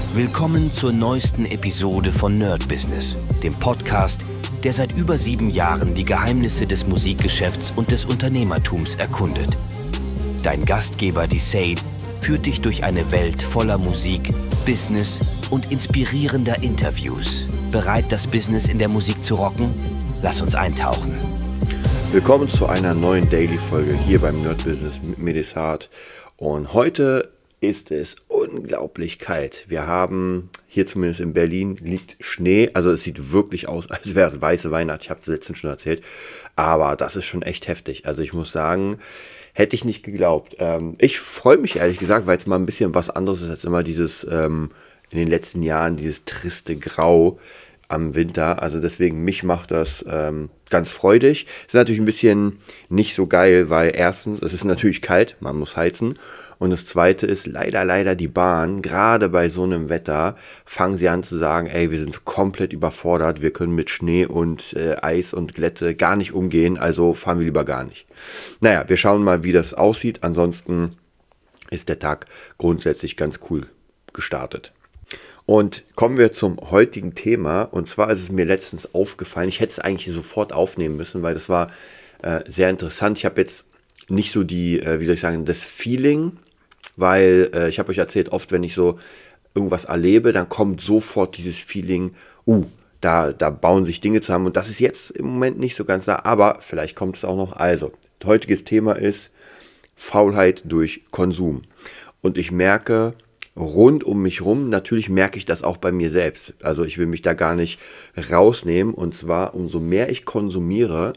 Willkommen zur neuesten Episode von Nerd Business, dem Podcast, der seit über 7 Jahren die Geheimnisse des Musikgeschäfts und des Unternehmertums erkundet. Dein Gastgeber Desaid führt dich durch eine Welt voller Musik, Business und inspirierender Interviews. Bereit, das Business in der Musik zu rocken? Lass uns eintauchen. Willkommen zu einer neuen Daily-Folge hier beim Nerd Business mit mir, Desaid. Und heute ist es unglaublich kalt. Wir haben hier zumindest in Berlin liegt Schnee. Also es sieht wirklich aus, als wäre es weiße Weihnacht. Ich habe es letztens schon erzählt. Aber das ist schon echt heftig. Also ich muss sagen, hätte ich nicht geglaubt. Ich freue mich ehrlich gesagt, weil es mal ein bisschen was anderes ist als immer dieses in den letzten Jahren, dieses triste Grau am Winter. Also deswegen, mich macht das ganz freudig. Ist natürlich ein bisschen nicht so geil, weil erstens, es ist natürlich kalt, man muss heizen. Und das Zweite ist leider die Bahn. Gerade bei so einem Wetter fangen sie an zu sagen, ey, wir sind komplett überfordert. Wir können mit Schnee und Eis und Glätte gar nicht umgehen. Also fahren wir lieber gar nicht. Naja, wir schauen mal, wie das aussieht. Ansonsten ist der Tag grundsätzlich ganz cool gestartet. Und kommen wir zum heutigen Thema. Und zwar ist es mir letztens aufgefallen, ich hätte es eigentlich sofort aufnehmen müssen, weil das war sehr interessant. Ich habe jetzt nicht so das Feeling, weil ich habe euch erzählt, oft wenn ich so irgendwas erlebe, dann kommt sofort dieses Feeling, da bauen sich Dinge zusammen. Und das ist jetzt im Moment nicht so ganz da, aber vielleicht kommt es auch noch. Also, heutiges Thema ist Faulheit durch Konsum. Und ich merke rund um mich rum, natürlich merke ich das auch bei mir selbst. Also ich will mich da gar nicht rausnehmen. Und zwar, umso mehr ich konsumiere,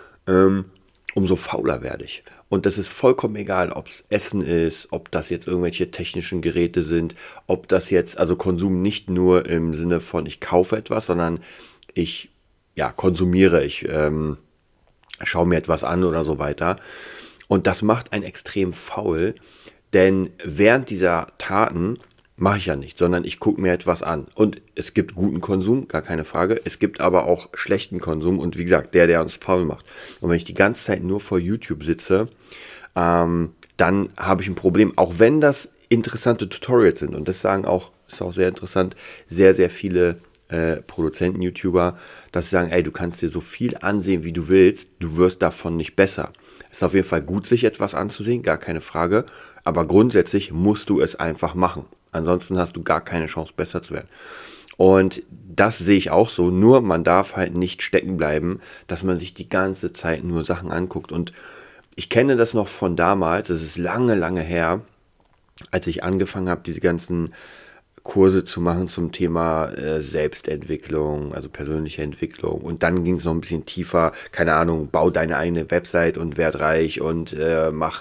umso fauler werde ich. Und das ist vollkommen egal, ob es Essen ist, ob das jetzt irgendwelche technischen Geräte sind, ob das jetzt, also Konsum nicht nur im Sinne von ich kaufe etwas, sondern ich konsumiere, ich schaue mir etwas an oder so weiter. Und das macht einen extrem faul, denn während dieser Taten mache ich ja nicht, sondern ich gucke mir etwas an. Und es gibt guten Konsum, gar keine Frage. Es gibt aber auch schlechten Konsum und wie gesagt, der uns faul macht. Und wenn ich die ganze Zeit nur vor YouTube sitze, dann habe ich ein Problem. Auch wenn das interessante Tutorials sind. Und das sagen auch, ist auch sehr interessant, sehr, sehr viele Produzenten, YouTuber, dass sie sagen, ey, du kannst dir so viel ansehen, wie du willst, du wirst davon nicht besser. Es ist auf jeden Fall gut, sich etwas anzusehen, gar keine Frage. Aber grundsätzlich musst du es einfach machen. Ansonsten hast du gar keine Chance, besser zu werden. Und das sehe ich auch so. Nur man darf halt nicht stecken bleiben, dass man sich die ganze Zeit nur Sachen anguckt. Und ich kenne das noch von damals. Das ist lange her, als ich angefangen habe, diese ganzen Kurse zu machen zum Thema Selbstentwicklung, also persönliche Entwicklung. Und dann ging es noch ein bisschen tiefer. Keine Ahnung, bau deine eigene Website und werd reich und mach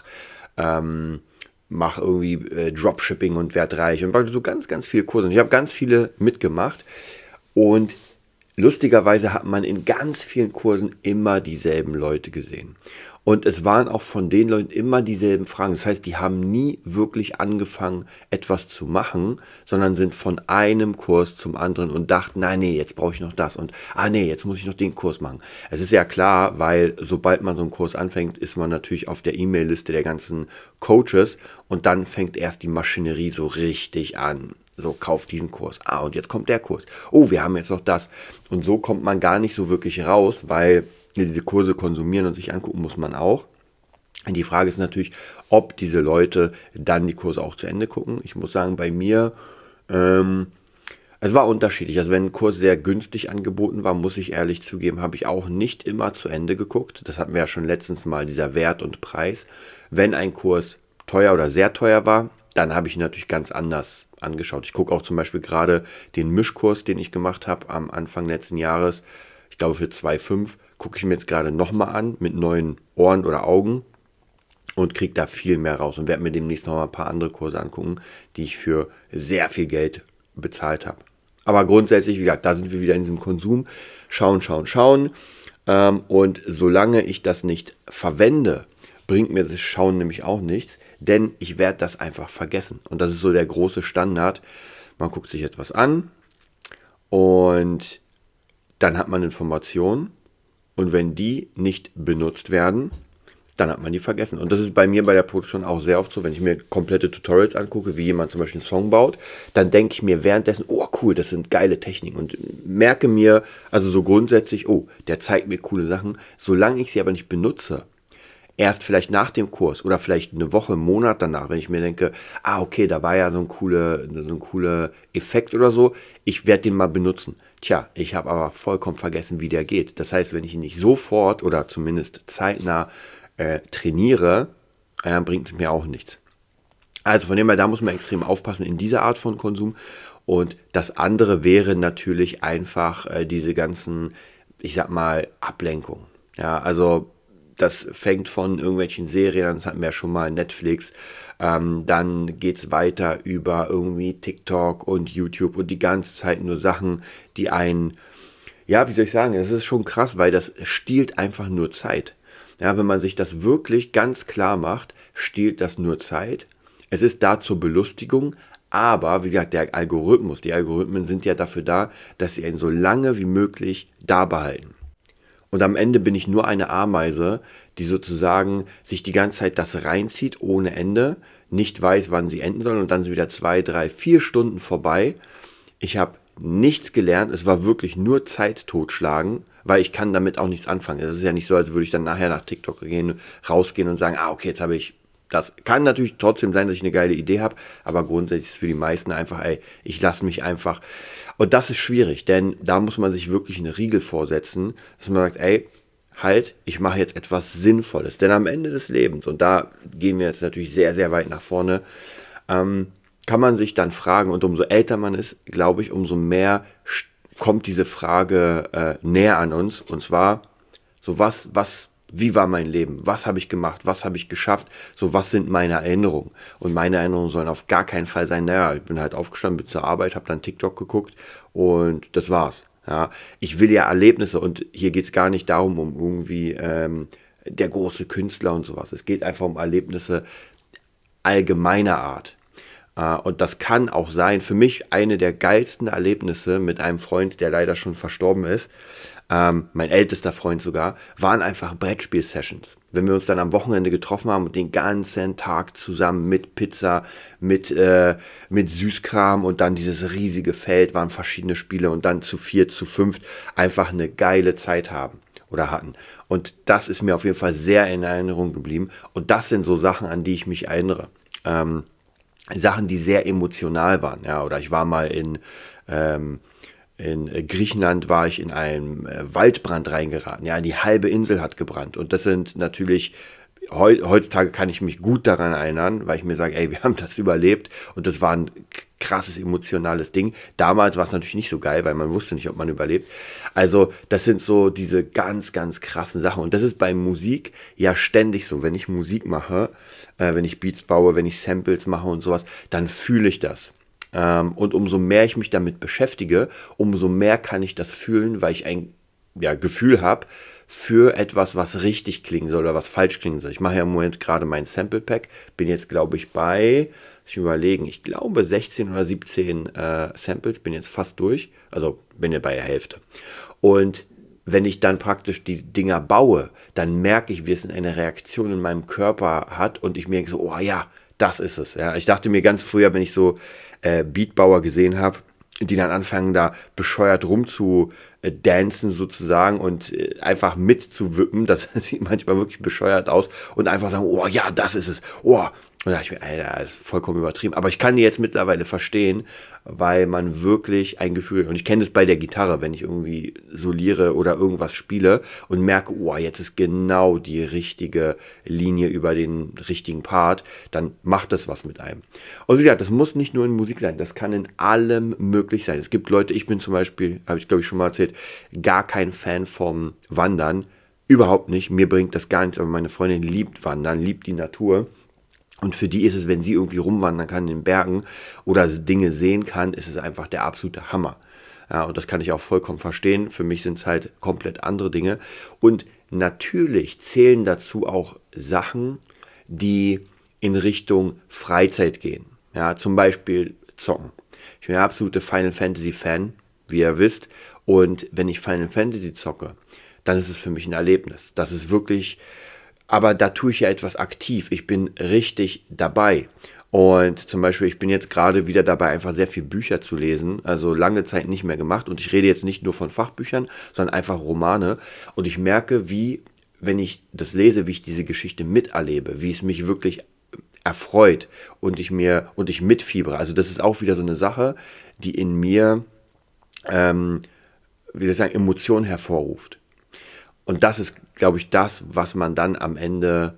irgendwie Dropshipping und werd reich und so ganz viele Kurse. Und ich habe ganz viele mitgemacht und lustigerweise hat man in ganz vielen Kursen immer dieselben Leute gesehen. Und es waren auch von den Leuten immer dieselben Fragen. Das heißt, die haben nie wirklich angefangen, etwas zu machen, sondern sind von einem Kurs zum anderen und dachten, nein, jetzt brauche ich noch das und jetzt muss ich noch den Kurs machen. Es ist ja klar, weil sobald man so einen Kurs anfängt, ist man natürlich auf der E-Mail-Liste der ganzen Coaches und dann fängt erst die Maschinerie so richtig an. So, kauf diesen Kurs. Und jetzt kommt der Kurs. Wir haben jetzt noch das. Und so kommt man gar nicht so wirklich raus, weil diese Kurse konsumieren und sich angucken muss man auch. Und die Frage ist natürlich, ob diese Leute dann die Kurse auch zu Ende gucken. Ich muss sagen, bei mir, es war unterschiedlich. Also wenn ein Kurs sehr günstig angeboten war, muss ich ehrlich zugeben, habe ich auch nicht immer zu Ende geguckt. Das hatten wir ja schon letztens mal, dieser Wert und Preis. Wenn ein Kurs teuer oder sehr teuer war, dann habe ich ihn natürlich ganz anders angeschaut. Ich gucke auch zum Beispiel gerade den Mischkurs, den ich gemacht habe am Anfang letzten Jahres. Ich glaube für 2,5 gucke ich mir jetzt gerade nochmal an mit neuen Ohren oder Augen und kriege da viel mehr raus und werde mir demnächst noch mal ein paar andere Kurse angucken, die ich für sehr viel Geld bezahlt habe. Aber grundsätzlich, wie gesagt, da sind wir wieder in diesem Konsum. Schauen. Und solange ich das nicht verwende, bringt mir das Schauen nämlich auch nichts, denn ich werde das einfach vergessen. Und das ist so der große Standard. Man guckt sich etwas an und dann hat man Informationen und wenn die nicht benutzt werden, dann hat man die vergessen. Und das ist bei mir bei der Produktion auch sehr oft so, wenn ich mir komplette Tutorials angucke, wie jemand zum Beispiel einen Song baut, dann denke ich mir währenddessen, oh cool, das sind geile Techniken und merke mir, also so grundsätzlich, oh, der zeigt mir coole Sachen, solange ich sie aber nicht benutze, erst vielleicht nach dem Kurs oder vielleicht eine Woche, einen Monat danach, wenn ich mir denke, okay, da war ja so ein cooler Effekt oder so, ich werde den mal benutzen. Tja, ich habe aber vollkommen vergessen, wie der geht. Das heißt, wenn ich ihn nicht sofort oder zumindest zeitnah trainiere, bringt es mir auch nichts. Also von dem her, da muss man extrem aufpassen in dieser Art von Konsum. Und das andere wäre natürlich einfach diese ganzen, ich sag mal, Ablenkungen. Ja, also das fängt von irgendwelchen Serien, das hatten wir ja schon mal, Netflix, dann geht es weiter über irgendwie TikTok und YouTube und die ganze Zeit nur Sachen, die einen, ja, wie soll ich sagen, das ist schon krass, weil das stiehlt einfach nur Zeit. Ja, wenn man sich das wirklich ganz klar macht, stiehlt das nur Zeit. Es ist da zur Belustigung, aber wie gesagt, die Algorithmen sind ja dafür da, dass sie einen so lange wie möglich da behalten. Und am Ende bin ich nur eine Ameise, die sozusagen sich die ganze Zeit das reinzieht ohne Ende, nicht weiß, wann sie enden soll und dann sind wieder 2, 3, 4 Stunden vorbei. Ich habe nichts gelernt, es war wirklich nur Zeit totschlagen, weil ich kann damit auch nichts anfangen. Es ist ja nicht so, als würde ich dann nachher nach TikTok rausgehen und sagen, okay, jetzt habe ich das. Kann natürlich trotzdem sein, dass ich eine geile Idee habe, aber grundsätzlich ist es für die meisten einfach, ich lasse mich einfach. Und das ist schwierig, denn da muss man sich wirklich einen Riegel vorsetzen, dass man sagt, ich mache jetzt etwas Sinnvolles. Denn am Ende des Lebens, und da gehen wir jetzt natürlich sehr, sehr weit nach vorne, kann man sich dann fragen, und umso älter man ist, glaube ich, umso mehr kommt diese Frage näher an uns. Und zwar, so wie war mein Leben? Was habe ich gemacht? Was habe ich geschafft? So, was sind meine Erinnerungen? Und meine Erinnerungen sollen auf gar keinen Fall sein, ich bin halt aufgestanden, bin zur Arbeit, habe dann TikTok geguckt und das war's. Ja, ich will ja Erlebnisse und hier geht es gar nicht darum, um irgendwie der große Künstler und sowas. Es geht einfach um Erlebnisse allgemeiner Art. Und das kann auch sein, für mich eine der geilsten Erlebnisse mit einem Freund, der leider schon verstorben ist, mein ältester Freund sogar, waren einfach Brettspiel-Sessions. Wenn wir uns dann am Wochenende getroffen haben und den ganzen Tag zusammen mit Pizza, mit Süßkram und dann dieses riesige Feld, waren verschiedene Spiele und dann zu 4, zu 5 einfach eine geile Zeit haben oder hatten. Und das ist mir auf jeden Fall sehr in Erinnerung geblieben. Und das sind so Sachen, an die ich mich erinnere. Sachen, die sehr emotional waren. Ja, oder ich war mal in Griechenland, war ich in einen Waldbrand reingeraten. Ja, die halbe Insel hat gebrannt. Und das sind natürlich, heutzutage kann ich mich gut daran erinnern, weil ich mir sage, wir haben das überlebt. Und das war ein krasses emotionales Ding. Damals war es natürlich nicht so geil, weil man wusste nicht, ob man überlebt. Also das sind so diese ganz, ganz krassen Sachen. Und das ist bei Musik ja ständig so. Wenn ich Musik mache, wenn ich Beats baue, wenn ich Samples mache und sowas, dann fühle ich das. Und umso mehr ich mich damit beschäftige, umso mehr kann ich das fühlen, weil ich ein Gefühl habe für etwas, was richtig klingen soll oder was falsch klingen soll. Ich mache ja im Moment gerade mein Sample Pack, bin jetzt glaube ich ich glaube 16 oder 17 Samples, bin jetzt fast durch, also bin ja bei der Hälfte. Und wenn ich dann praktisch die Dinger baue, dann merke ich, wie es eine Reaktion in meinem Körper hat und ich merke so, das ist es. Ja. Ich dachte mir ganz früher, wenn ich so Beatbauer gesehen habe, die dann anfangen, da bescheuert rumzudancen sozusagen und einfach mitzuwippen, das sieht manchmal wirklich bescheuert aus und einfach sagen, das ist es, Und da dachte ich mir, das ist vollkommen übertrieben. Aber ich kann die jetzt mittlerweile verstehen, weil man wirklich ein Gefühl, und ich kenne das bei der Gitarre, wenn ich irgendwie soliere oder irgendwas spiele und merke, jetzt ist genau die richtige Linie über den richtigen Part, dann macht das was mit einem. Und wie gesagt, das muss nicht nur in Musik sein, das kann in allem möglich sein. Es gibt Leute, ich bin zum Beispiel, habe ich glaube ich schon mal erzählt, gar kein Fan vom Wandern. Überhaupt nicht, mir bringt das gar nichts, aber meine Freundin liebt Wandern, liebt die Natur. Und für die ist es, wenn sie irgendwie rumwandern kann in den Bergen oder Dinge sehen kann, ist es einfach der absolute Hammer. Ja, und das kann ich auch vollkommen verstehen. Für mich sind es halt komplett andere Dinge. Und natürlich zählen dazu auch Sachen, die in Richtung Freizeit gehen. Ja, zum Beispiel zocken. Ich bin der absolute Final Fantasy Fan, wie ihr wisst. Und wenn ich Final Fantasy zocke, dann ist es für mich ein Erlebnis. Das ist wirklich aber da tue ich ja etwas aktiv. Ich bin richtig dabei. Und zum Beispiel, ich bin jetzt gerade wieder dabei, einfach sehr viel Bücher zu lesen. Also lange Zeit nicht mehr gemacht. Und ich rede jetzt nicht nur von Fachbüchern, sondern einfach Romane. Und ich merke, wie, wenn ich das lese, wie ich diese Geschichte miterlebe, wie es mich wirklich erfreut und ich mitfiebere. Also das ist auch wieder so eine Sache, die in mir, wie soll ich sagen, Emotionen hervorruft. Und das ist, glaube ich, das, was man dann am Ende,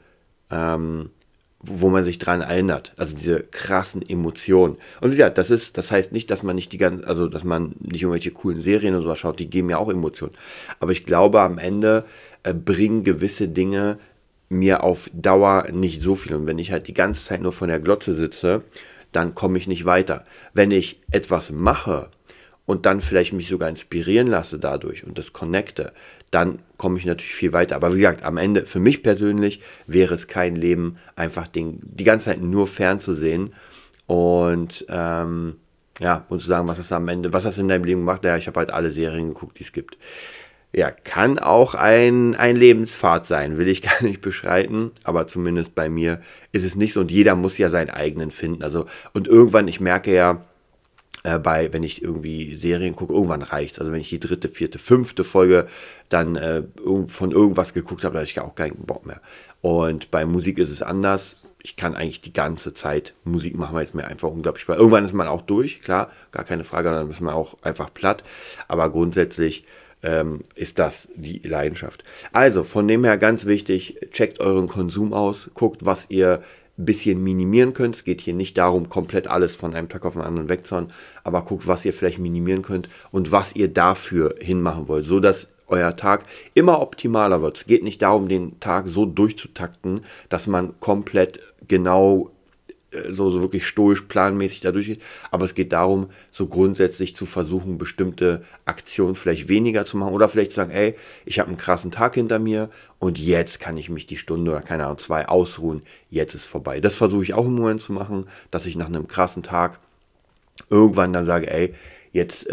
wo man sich dran erinnert. Also diese krassen Emotionen. Und wie gesagt, das heißt nicht, dass man nicht dass man nicht irgendwelche coolen Serien oder sowas schaut, die geben ja auch Emotionen. Aber ich glaube, am Ende bringen gewisse Dinge mir auf Dauer nicht so viel. Und wenn ich halt die ganze Zeit nur vor der Glotze sitze, dann komme ich nicht weiter. Wenn ich etwas mache und dann vielleicht mich sogar inspirieren lasse dadurch und das connecte, dann komme ich natürlich viel weiter. Aber wie gesagt, am Ende, für mich persönlich, wäre es kein Leben, einfach die ganze Zeit nur fernzusehen und und zu sagen, was hast du in deinem Leben gemacht? Ja, ich habe halt alle Serien geguckt, die es gibt. Ja, kann auch ein Lebenspfad sein, will ich gar nicht beschreiten, aber zumindest bei mir ist es nicht so und jeder muss ja seinen eigenen finden. Also, und irgendwann, ich merke ja, wenn ich irgendwie Serien gucke, irgendwann reicht's. Also wenn ich die 3., 4., 5. Folge dann von irgendwas geguckt habe, da habe ich auch keinen Bock mehr. Und bei Musik ist es anders. Ich kann eigentlich die ganze Zeit Musik machen, weil es mir einfach unglaublich Spaß. Irgendwann ist man auch durch, klar, gar keine Frage, dann ist man auch einfach platt. Aber grundsätzlich ist das die Leidenschaft. Also von dem her ganz wichtig, checkt euren Konsum aus, guckt, was ihr ein bisschen minimieren könnt. Es geht hier nicht darum, komplett alles von einem Tag auf den anderen wegzuhauen, aber guckt, was ihr vielleicht minimieren könnt und was ihr dafür hinmachen wollt, so dass euer Tag immer optimaler wird. Es geht nicht darum, den Tag so durchzutakten, dass man komplett genau so wirklich stoisch, planmäßig da durchgeht, aber es geht darum, so grundsätzlich zu versuchen, bestimmte Aktionen vielleicht weniger zu machen oder vielleicht zu sagen, ey, ich habe einen krassen Tag hinter mir und jetzt kann ich mich die Stunde oder keine Ahnung, 2 ausruhen, jetzt ist vorbei. Das versuche ich auch im Moment zu machen, dass ich nach einem krassen Tag irgendwann dann sage, ey, jetzt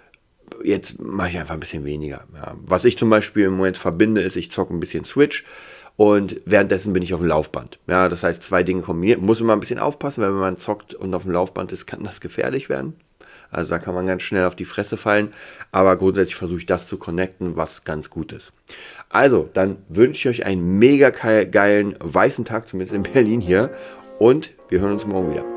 mache ich einfach ein bisschen weniger. Ja. Was ich zum Beispiel im Moment verbinde, ist, ich zocke ein bisschen Switch und währenddessen bin ich auf dem Laufband. Ja, das heißt, 2 Dinge kombiniert. Muss immer ein bisschen aufpassen, weil wenn man zockt und auf dem Laufband ist, kann das gefährlich werden. Also da kann man ganz schnell auf die Fresse fallen. Aber grundsätzlich versuche ich das zu connecten, was ganz gut ist. Also, dann wünsche ich euch einen mega geilen weißen Tag, zumindest in Berlin hier. Und wir hören uns morgen wieder.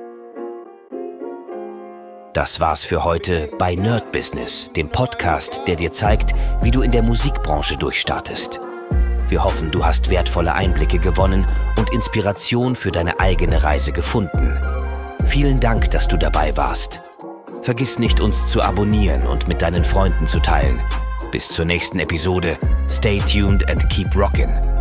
Das war's für heute bei Nerd Business, dem Podcast, der dir zeigt, wie du in der Musikbranche durchstartest. Wir hoffen, du hast wertvolle Einblicke gewonnen und Inspiration für deine eigene Reise gefunden. Vielen Dank, dass du dabei warst. Vergiss nicht, uns zu abonnieren und mit deinen Freunden zu teilen. Bis zur nächsten Episode. Stay tuned and keep rockin'.